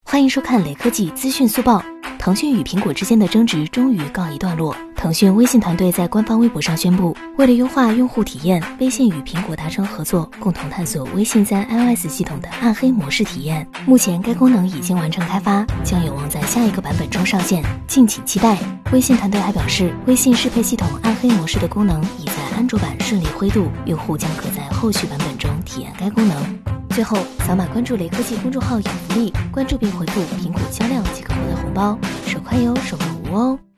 欢迎收看雷科技资讯速报。腾讯与苹果之间的争执终于告一段落。腾讯微信团队在官方微博上宣布，为了优化用户体验，微信与苹果达成合作，共同探索微信在 iOS 系统的暗黑模式体验。目前该功能已经完成开发，将有望在下一个版本中上线，敬请期待。微信团队还表示，微信适配系统暗黑模式的功能已在安卓版顺利灰度，用户将可在后续版本中体验该功能。最后，扫码关注雷科技公众号有福利，关注并回复苹果销量即可获得红包，手快有，手慢无哦。